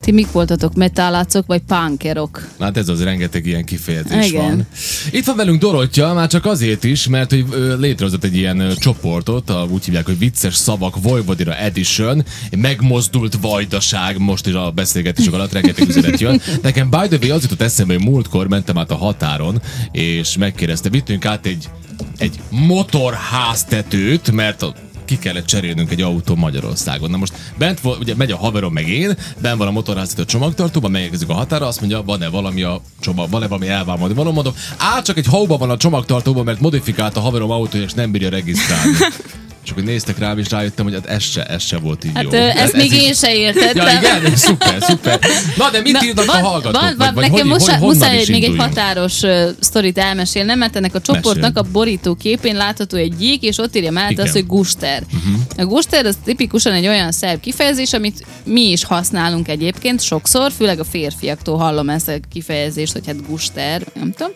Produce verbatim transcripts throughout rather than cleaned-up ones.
Ti mik voltatok, metálácok vagy punkerok? Hát ez az rengeteg ilyen kifejezés Igen. van. Itt van velünk Dorottya, már csak azért is, mert hogy ö, létrehozott egy ilyen ö, csoportot, a, úgy hívják, hogy Vicces Szavak Vojvodina Edition, megmozdult vajdaság, most is a beszélgetések alatt rengeteg üzenet jön. Nekem by the way az jutott eszembe, hogy múltkor mentem át a határon, és megkérdezte, vittünk át egy, egy motorháztetőt, mert a ki kellett cserélnünk egy autó Magyarországon. Na most bent volt, ugye megy a haverom meg én, bent van a motorháztető csomagtartóban, megérkezik a határa, azt mondja, van-e valami a csomag, van-e valami elvámolni való, mondom, á, csak egy hauba van a csomagtartóban, mert modifikált a haverom autója, és nem bírja regisztrálni. És akkor néztek rám, és rájöttem, hogy hát ez se, ez se volt így hát jó. Ö, ezt ez még ez én se értettem. Ja, igen, szuper, szuper. Na, de mit Na, írnak van, a hallgatók? Van, van, vagy, nekem vagy muszáj, hogy, muszáj még egy határos uh, sztorit elmesélnem, mert ennek a csoportnak a borító képén látható egy gyík, és ott írja mellett azt, hogy guster. Uh-huh. A guster az tipikusan egy olyan szerb kifejezés, amit mi is használunk egyébként sokszor, főleg a férfiaktól hallom ezt a kifejezést, hogy hát guster, nem tudom.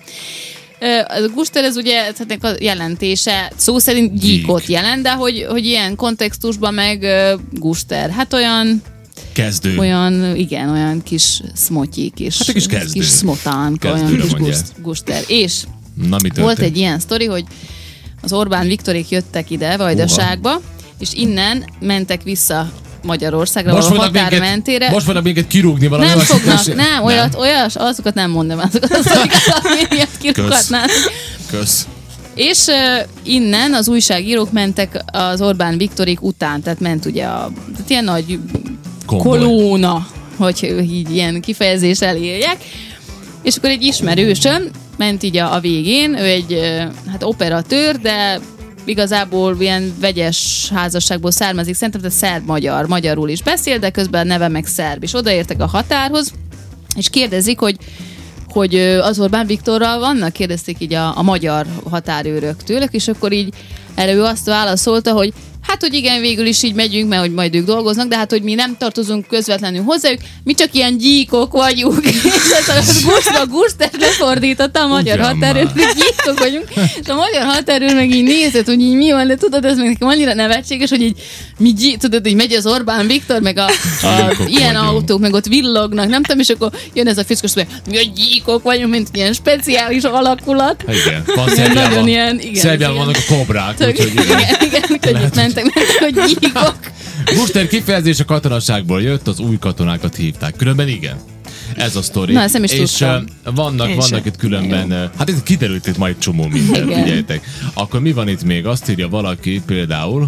A guster, ez ugye a jelentése szó szerint gyíkot jelent, de hogy, hogy ilyen kontextusban meg guster. Hát olyan... Kezdő. Olyan, igen, olyan kis szmotyi, kis, hát kis, kezdő. kis szmotánk, olyan kis gust, guster. És Na, volt egy ilyen sztori, hogy az Orbán Viktorék jöttek ide Vajdaságba, Uha. és innen mentek vissza Magyarországra, most valahol határ minket, mentére. Most fognak minket kirúgni valami. Nem fognak, nem, nem, olyat, olyas, azokat nem mondom, azokat az olyat kirúghatnának. Kösz. Kösz. És uh, innen az újságírók mentek az Orbán Viktorék után, tehát ment ugye a tehát ilyen nagy Komboly. kolóna, hogy így ilyen kifejezéssel éljek. És akkor egy ismerősöm ment így a, a végén, ő egy uh, hát operatőr, de igazából ilyen vegyes házasságból származik, szerintem tehát szerb-magyar, magyarul is beszél, de közben a neve meg szerb. És odaértek a határhoz, és kérdezik, hogy, hogy az Orbán Viktorral vannak, kérdezték így a, a magyar határőrök tőlük, és akkor így erre ő azt válaszolta, hogy hát, hogy igen, végül is így megyünk, mert hogy majd ők dolgoznak, de hát, hogy mi nem tartozunk közvetlenül hozzájuk, mi csak ilyen gyíkok vagyunk. És ez a Gustert lefordította a magyar határőr, hogy gyíkok vagyunk, és a magyar határőr meg így nézett, hogy így mi van, de tudod, ez meg nekem annyira nevetséges, hogy így mi gyík, tudod, hogy megy az Orbán Viktor, meg a, a ilyen vagyunk. Autók, meg ott villognak, nem tudom, és akkor jön ez a fiszkos, hogy mi a gyíkok vagyunk, mint ilyen speciális alakulat. Igen, van Szerbiában, ilyen, igen, Szerbiában vannak a kobrák, úgyhogy igen, igen, igen, mentek, mentek, hogy gyíkok. Guster kifejezés a katonaságból jött, az új katonákat hívták. Különben igen. Ez a sztori. Na, ezt nem is és tudtam. vannak, Én vannak sem. itt különben, Jó. hát itt kiderült itt majd csomó minden, figyeljetek. Akkor mi van itt még? Azt írja valaki például,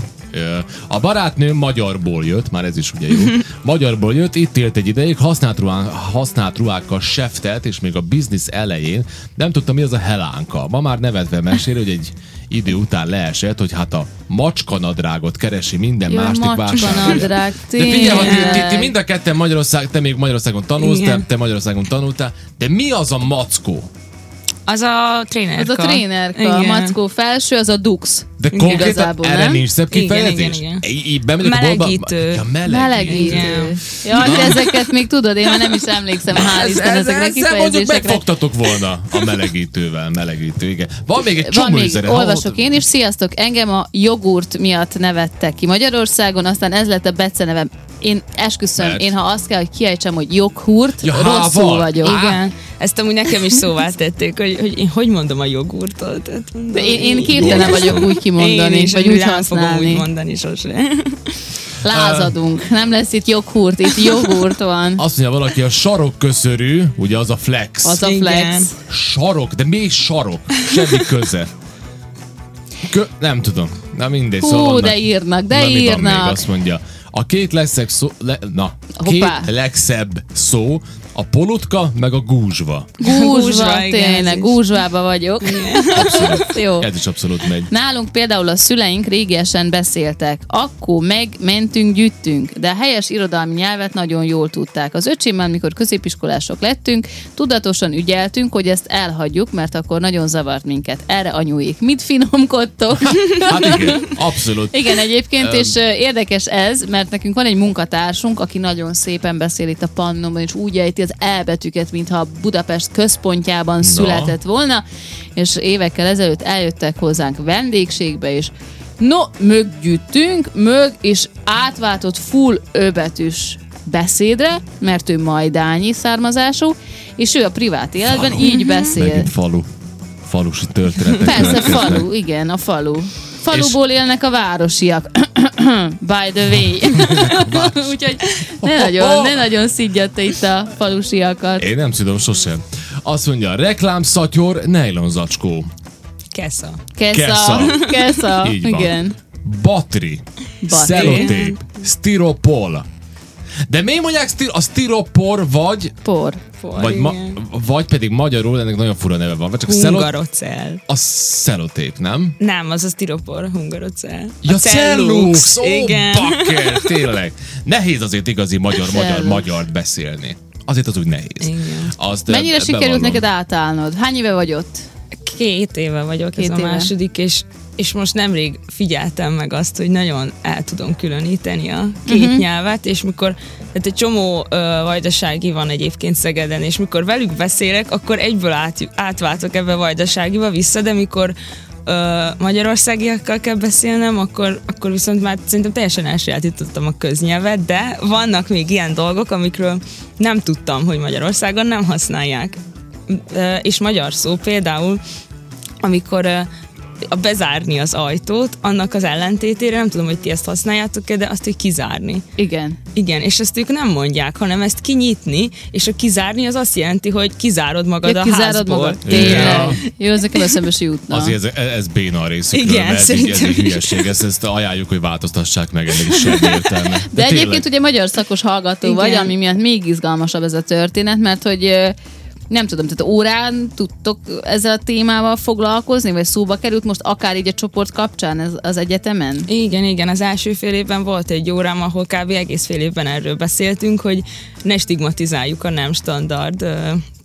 a barátnőm magyarból jött, már ez is ugye jó. Magyarból jött, itt élt egy ideig, használt, ruhá, használt ruhákkal seftelt, és még a biznisz elején nem tudtam, mi az a helánka. Ma már nevetve mesél, hogy egy idő után leesett, hogy hát a macskanadrágot keresi minden Jó, másik vásárló. De figyelj, ha ti, ti, ti mind a ketten Magyarország, te még Magyarországon tanulsz, te, te Magyarországon tanultál, de mi az a mackó? Az a trénerka. Az a trénerka, a mackó felső, az a dux. De konkrétan erre nincs szebb kifejezés? Igen, igen, melegítő. Ja, melegítő. Melegítő. Ja, de ezeket még tudod, én már nem is emlékszem, hál' Isten ezekre a kifejezésekre. Megfogtatok volna a melegítővel, melegítő, igen. Van még egy Van csomó még, üzere. olvasok én is. Sziasztok, engem a jogurt miatt nevettek ki Magyarországon, aztán ez lett a becenevem. Én esküszöm, Mert... én ha azt kell, hogy kiejtsem, hogy joghurt, ja, rosszul há, vagyok. Igen. Ezt amúgy nekem is szóvá tették, hogy, hogy én hogy mondom a jogurtot. De én, én képtelen vagyok úgy kimondani, is, vagy úgy használni. Fogom úgy mondani sose. Lázadunk. Nem lesz itt joghurt, itt jogurt van. Azt mondja valaki, a sarokköszörű, ugye az a flex. Az a flex. Igen. Sarok, de mi sarok? Semmi köze. Kö, nem tudom. Na mindegy. Hú, szóval de írnak, de na, írnak. Még azt mondja. A két legszebb szó, le, na, Hoppá. két legszebb szó, a polutka, meg a gúzsva. Gúzsva, tényleg, gúzsvába vagyok. Abszolút. Jó. Ez is abszolút megy. Nálunk például a szüleink régiesen beszéltek. Akkor meg mentünk, gyűjtünk, de a helyes irodalmi nyelvet nagyon jól tudták. Az öcsémmel, mikor középiskolások lettünk, tudatosan ügyeltünk, hogy ezt elhagyjuk, mert akkor nagyon zavart minket. Erre anyuék. Mit finomkodtok? Hát igen, abszolút. Igen, egyébként, um, és érdekes ez, mert nekünk van egy munkatársunk, aki nagyon szépen beszél itt a Pannomban, és úgy ejti az elbetűket, mintha Budapest központjában no. született volna, és évekkel ezelőtt eljöttek hozzánk vendégségbe, és no, möggyűjtünk, mög, és átváltott full öbetűs beszédre, mert ő majdányi származású, és ő a privát életben Falu. így beszél. Megint falu. Falusi történetek. Persze, falu, igen, a falu. Faluból élnek a városiak. By the way. Úgyhogy ne nagyon, ne nagyon szidjatta itt a falusiakat. Én nem tudom sosem. Azt mondja, reklámszatyor, nejlonzacskó. Kesza. Kesza. Kesza. Kesza. Így van. Igen. Batri. Batri. Szelotép. Stiropol. De miért mondják stir- a stiropor vagy... Por. For, Vagy, ma, igen. vagy pedig magyarul ennek nagyon fura neve van. Vagy csak szelot, Hungarocell. a szelotép, nem? Nem, az a stiropor, hungarocell. Ja, A cellux! Ó, igen. bakker, tényleg. Nehéz azért igazi magyar-magyar Cellux. magyart beszélni. Azért az úgy nehéz. Igen. Azt, Mennyire be- sikerült bevallom. neked átállnod? Hány éve vagy ott? Két éve vagyok, Két ez a éve. második, és, és most nemrég figyeltem meg azt, hogy nagyon el tudom különíteni a két uh-huh. nyelvet, és mikor, tehát egy csomó uh, vajdasági van egyébként Szegeden, és mikor velük beszélek, akkor egyből át, átváltok ebbe a vajdaságiba vissza, de mikor uh, magyarországiakkal kell beszélnem, akkor, akkor viszont már szerintem teljesen elsajátítottam a köznyelvet, de vannak még ilyen dolgok, amikről nem tudtam, hogy Magyarországon nem használják. Uh, és magyar szó például, amikor uh, a bezárni az ajtót, annak az ellentétére, nem tudom, hogy ti ezt használjátok-e, de azt, hogy kizárni. Igen. Igen, és ezt ők nem mondják, hanem ezt kinyitni, és a kizárni az azt jelenti, hogy kizárod magad Ja, a kizárod házból. magad. Ja. Tényleg. Jó, ez nekem eszembe se jutna. Azért ez, ez béna a részükről, Igen, mert ez így, ez szerintem egy hülyeség. Ezt, ezt ajánljuk, hogy változtassák meg, ennek is semmi értelme. De, De egyébként ugye magyar szakos hallgató Igen. vagy, ami miatt még izgalmasabb ez a történet, mert hogy ö, nem tudom, tehát órán tudtok ezzel a témával foglalkozni, vagy szóba került most akár így a csoport kapcsán ez, az egyetemen? Igen, igen, az első fél évben volt egy órám, ahol kb. Egész fél évben erről beszéltünk, hogy ne stigmatizáljuk a nem standard ö,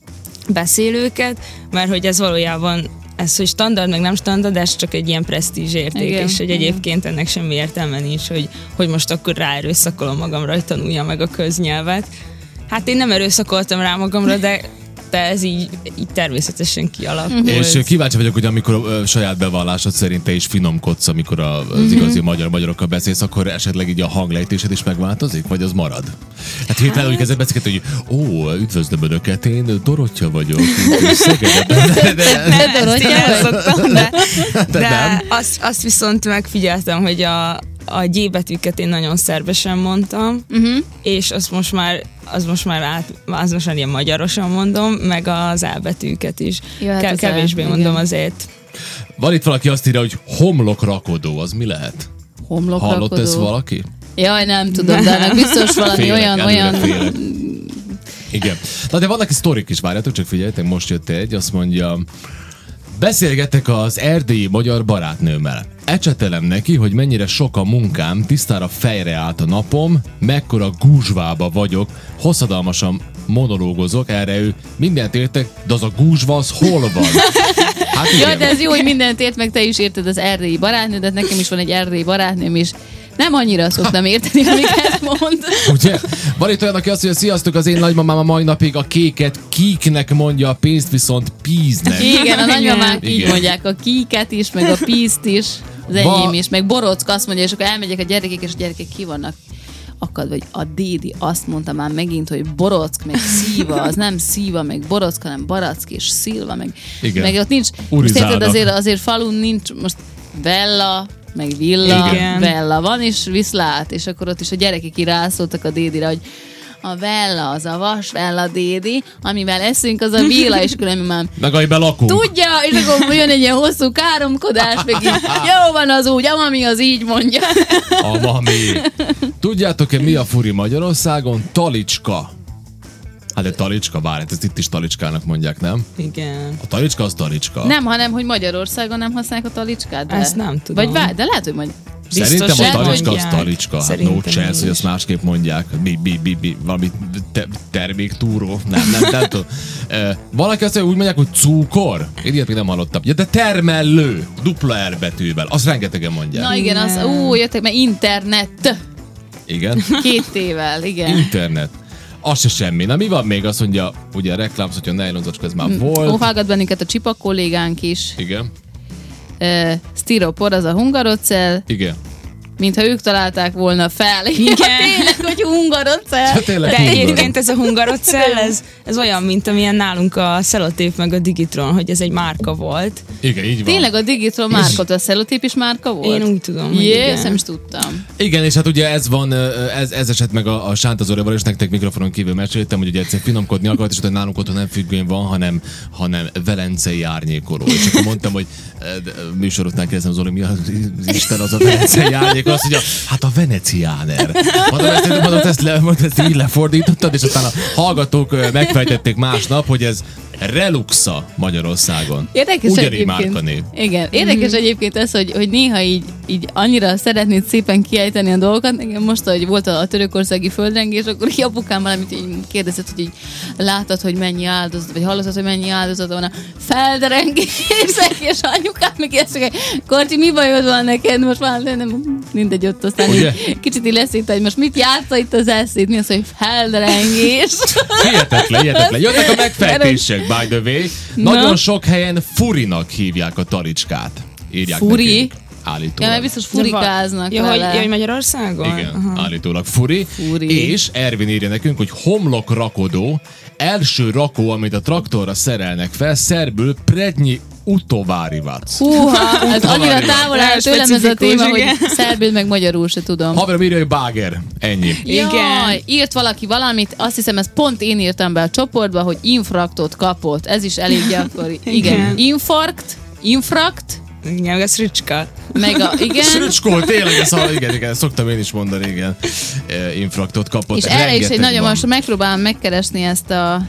beszélőket, mert hogy ez valójában ez, hogy standard meg nem standard, ez csak egy ilyen presztízs érték, Igen, és hogy igen. egyébként ennek semmi értelme nincs, hogy, hogy most akkor ráerőszakolom magamra, hogy tanulja meg a köznyelvet. Hát én nem erőszakoltam rá magamra, de de ez így, így természetesen kialakult. És kíváncsi vagyok, hogy amikor ö, saját bevallásod szerint te is finomkodsz, amikor a, az uh-huh. igazi magyar-magyarokkal beszélsz, akkor esetleg így a hanglejtésed is megváltozik, vagy az marad? Hát hirtelen úgy kezdett beszélgetni, hogy ó, üdvözlöm Önöket, én Dorottya vagyok. Szegedben. De, de, Ne Dorottya vagy? szoktam, de, de de nem. azt, azt viszont megfigyeltem, hogy a, a G betűket én nagyon szervesen mondtam, uh-huh. és azt most már az most már át, az most már ilyen magyarosan mondom, meg az L betűket is. Ja, hát Ke- az kevésbé el, mondom igen. azért. Van itt valaki azt írja, hogy homlokrakodó, az mi lehet? Homlokrakodó. Hallott ezt valaki? Jaj, nem tudom, de meg biztos valami Félek, olyan, előre olyan... félek. Igen. Na de vannak sztorik is, várjátok, csak figyeljetek, most jött egy, azt mondja, beszélgetek az erdélyi magyar barátnőmmel. Ecsetelem neki, hogy mennyire sok a munkám, tisztára fejre állt a napom, mekkora gúzsvába vagyok, hosszadalmasan monológozok, erre ő mindent értek, de az a gúzsva az hol van? Hát igen. Ja, de ez jó, hogy mindent ért, meg te is érted az erdélyi barátnődet, nekem is van egy erdélyi barátnőm is. Nem annyira szoktam érteni, amiket mond. Ugye? Van itt olyan, aki azt mondja, sziasztok, az én nagymamám a mai napig a kéket kíknek mondja, a pénzt viszont píznek. Igen, a nagymamák így Igen. mondják, a kíket is, meg a pízt is, az enyém Va- is, meg borock azt mondja, és akkor elmegyek a gyerekek, és a gyerekek ki vannak akadva, hogy a dédi azt mondta már megint, hogy borock, meg szíva, az nem szíva, meg borock, hanem barack és szilva, meg, Igen. meg ott nincs, most Urizálnak. érted, azért, azért falun nincs most vella, meg villa, Igen. vella van, és viszlát, és akkor ott is a gyerekek így rászóltak a dédire, hogy a vella, az a vas vella dédi, amivel eszünk, az a villa, és különben már Meg amiben lakunk. tudja, és akkor jön egy ilyen hosszú káromkodás, meg így, jó van az úgy, a mami az így mondja. A mami. Tudjátok-e, mi a furi Magyarországon? Talicska. Hát de talicska, bár ezt itt is talicskának mondják, nem? Igen. A talicska az talicska. Nem, hanem, hogy Magyarországon nem használják a talicskát. De... Ezt nem tudom. Vagy vár, de lehet, hogy majd... Szerintem Biztos a talicska az mondják. talicska. Hát no Szerintem chance, hogy is. azt másképp mondják. Mi, mi, mi, mi, valami te, terméktúró. Nem, nem, nem tudom. Uh, valaki azt mondja, úgy mondják, hogy cukor. Én ilyet még nem hallottam. Ja, de termelő. Dupla R betűvel. Azt rengetegen mondják. Na igen, az, ú, jöttek, mert internet. Igen. Két tével, igen. Internet. Az se semmi. Na mi van még? Azt mondja, ugye a reklám, hogy a nejlonzacska, ez már volt. Ó, hallgat bennünket a csipa kollégánk is. Igen. Uh, Stiropor, az a hungarocell. Igen. mintha ők találták volna fel. Igen. Tényleg, hogy hungarocell. De egyébként ez a hungarocell, ez, ez olyan, mint amilyen nálunk a Celotép meg a Digitron, hogy ez egy márka volt. Igen, így van. Tényleg a Digitron márka, a Celotép is márka volt? Én úgy tudom, hogy Jé, igen. nem is tudtam. Igen, és hát ugye ez van, ez, ez esett meg a, a Sántazóréval, és nektek mikrofonon kívül meséltem, hogy ugye egyszer finomkodni akart, és hogy nálunk otthon nem függvény van, hanem, hanem velencei árnyékoló. És akkor mondtam, hogy műsorotnál kérdezem, Zoli, mi az Isten az a velencei árnyékoló? Azt mondja, hát a veneciáner. Mondom, ezt, mondom, ezt, le, mondom, ezt így lefordítottad, és aztán a hallgatók megfejtették másnap, hogy ez Reluxa Magyarországon. Érdekes ugyanígy egyébként. márkanév. Igen, érdekes mm. egyébébként ez, hogy, hogy néha így, így annyira szeretnéd szépen kiejteni a dolgokat. Nekem most, hogy volt a, a törökországi földrengés, akkor így apukám valamit így kérdezett, hogy így látod, hogy mennyi áldozat, vagy hallottad, hogy mennyi áldozat van a földrengések, és anyukám meg kérdezik, Korti, mi bajod van neked? Most már nem, mindegy, ott aztán így, kicsit így leszít, hogy most mit játsza itt az eszét, mi az, hogy földrengés. Hihetetlen, hihetetlen. Jöttek a megfejtések, by the way. Nagyon Na? sok helyen furinak hívják a talicskát. Írják Furi? nekünk. Állítólag. Ja, mert biztos furikáznak Ja, hogy, vele. ja, hogy Magyarországon? Igen, Aha. állítólag furi. Furi. És Ervin írja nekünk, hogy homlokrakodó, első rakó, amit a traktorra szerelnek fel, szerbül prednyi utovárivac. Húha, ez annyira távol áll tőlem ez a téma, hogy igen. szerbül meg magyarul se tudom. Haverom írja, hogy báger. Ennyi. Jaj, Igen. írt valaki valamit, azt hiszem, ez pont én írtam be a csoportba, hogy infraktot kapott. Ez is elég gyakori. Igen. Igen. Infarkt, infrakt, Igen, meg a szricska. meg a, igen. Srücskol, tényleg, ezt, igen, igen, szoktam én is mondani, igen. E, infraktot kapott. És erre is Rengeteg egy nagyon, van. most megpróbálom megkeresni ezt a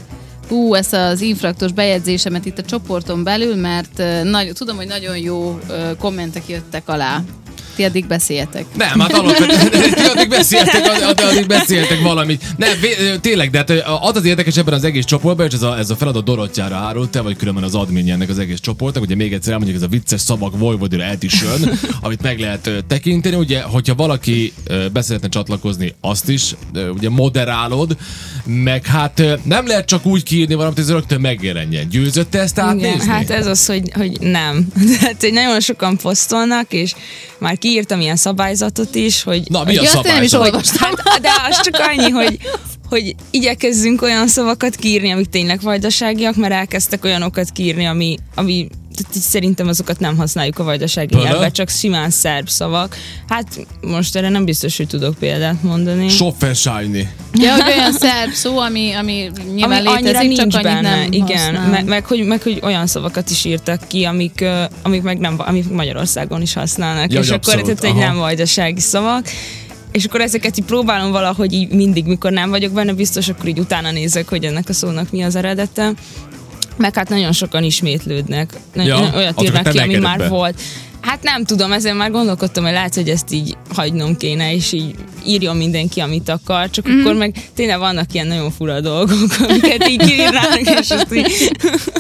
Hú, ezt az infraktos bejegyzésemet itt a csoporton belül, mert uh, nagy, tudom, hogy nagyon jó uh, kommentek jöttek alá. Ti addig beszéltek. Nem, hát alapvetően, ti addig beszéltek, addig, addig beszéltek valamit. Nem, vé- tényleg, de hát az az érdekes ebben az egész csoportban, és ez a, ez a feladat Dorottyára árult, te vagy különben az adminje ennek az egész csoportnak, ugye még egyszer elmondjuk, ez a vicces szavak Vojvodira edition, amit meg lehet ö, tekinteni, ugye, hogyha valaki ö, beszeretne csatlakozni, azt is ö, ugye moderálod, meg hát ö, nem lehet csak úgy kiírni valamit, hogy ez rögtön megjelenjen. Győzött ezt átnézni? Igen, hát ez az, hogy, hogy nem. Tehát, hogy nagyon sokan posztolnak, és már kiírtam ilyen szabályzatot is, hogy... Na, mi a Ja, azt én nem is szabályzat? olvastam. Hát, de az csak annyi, hogy, hogy igyekezzünk olyan szavakat kiírni, amik tényleg vajdaságiak, mert elkezdtek olyanokat kiírni, ami, ami tehát így szerintem azokat nem használjuk a vajdasági Például? nyelvben, csak simán szerb szavak. Hát most erre nem biztos, hogy tudok példát mondani. Soffensájni. Ja, hogy olyan szerb szó, ami, ami nyilván Ami annyira létezik, nincs csak annyit benne, nem igen, használ. meg, meg, hogy, meg hogy olyan szavakat is írtak ki, amik, uh, amik meg nem, amik Magyarországon is használnak, Ja, és hogy akkor abszolút, tehát, hogy aha. nem vajdasági szavak, és akkor ezeket így próbálom valahogy így mindig, mikor nem vagyok benne biztos, akkor így utána nézek, hogy ennek a szónak mi az eredete. Meg hát nagyon sokan ismétlődnek. Ja, Ja, olyat azokat írnak te ki, ami engeded már be. volt. Hát nem tudom, ezen már gondolkodtam, hogy lehet, hogy ezt így hagynom kéne, és így írjon mindenki, amit akar, csak mm. akkor meg tényleg vannak ilyen nagyon fura dolgok, amiket így kiírnának, és azt így...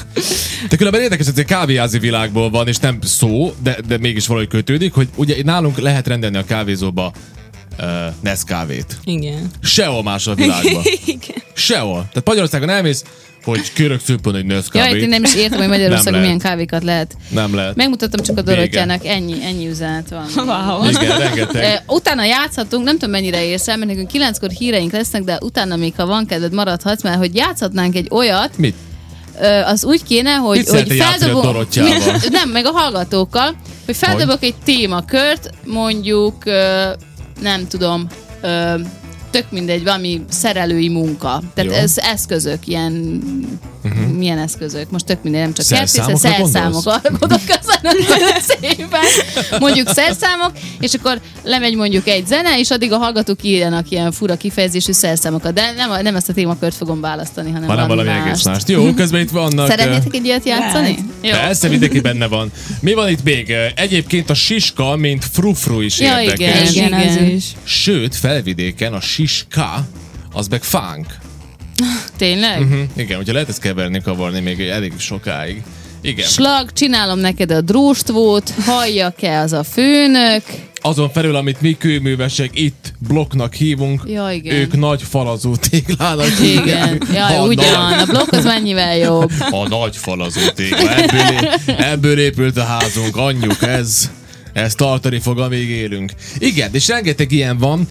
De különben érdekes, hogy ez egy kávéházi világból van, és nem szó, de, de mégis valahogy kötődik, hogy ugye nálunk lehet rendelni a kávézóba uh, Nescafét. Igen. Sehol más a világban. Igen. Sehol. Tehát Magyarországon elmész, hogy kérök szépen egy Ja, Nescafét. én nem is értem, hogy Magyarországon Nem milyen lehet. kávékat lehet. Nem lehet. Megmutattam csak a Vége. Dorottyának, ennyi, ennyi üzenet van. Wow. Igen, rengeteg. Eh, Utána játszhatunk, nem tudom mennyire érsz el, mert nekünk kilenckor híreink lesznek, de utána még, ha van kedved, maradhatsz, mert hogy játszhatnánk egy olyat, Mit? ö, az úgy kéne, hogy, Mit hogy szeretnél játszani a Dorottyával? Mi- nem, meg a hallgatókkal, hogy feldobok egy témakört, mondjuk, ö, nem tudom, ö, tök mindegy, valami szerelői munka. Tehát Jó. ez eszközök, ilyen uh-huh. milyen eszközök? Most tök mindegy, nem csak Szerszámokra kertészet, szerszámok, gondolsz? arra gondolok, köszönöm szépen. Mondjuk szerszámok, és akkor lemegy mondjuk egy zene, és addig a hallgatók írjanak ilyen fura kifejezésű szerszámokat. De nem, nem ezt a témakört fogom választani, hanem Hanem valami mást. egész mást. Jó, közben itt vannak... Szeretnétek egy ilyet játszani? Jó. Persze, mindenki benne van. Mi van itt még? Egyébként a siska, mint frufru is Ja, érdekes. igen. Igen, ez is. Sőt, felvidéken a siska, az meg fánk. Tényleg? Uh-huh. Igen, hogyha lehet ezt keverni, kavarni még elég sokáig. Igen. Slag, csinálom neked a dróstvót, halljak-e az a főnök? Azon felül, amit mi kőművesek itt blokknak hívunk, Ja, igen. ők nagy falazó téglának hívják. Igen, jaj, A ugyan, nagy- a blokk az mennyivel jobb. A nagy falazó tégla. Ebből, é- ebből épült a házunk, anyjuk ez. Ez tartani fog, amíg élünk. Igen, és rengeteg ilyen van.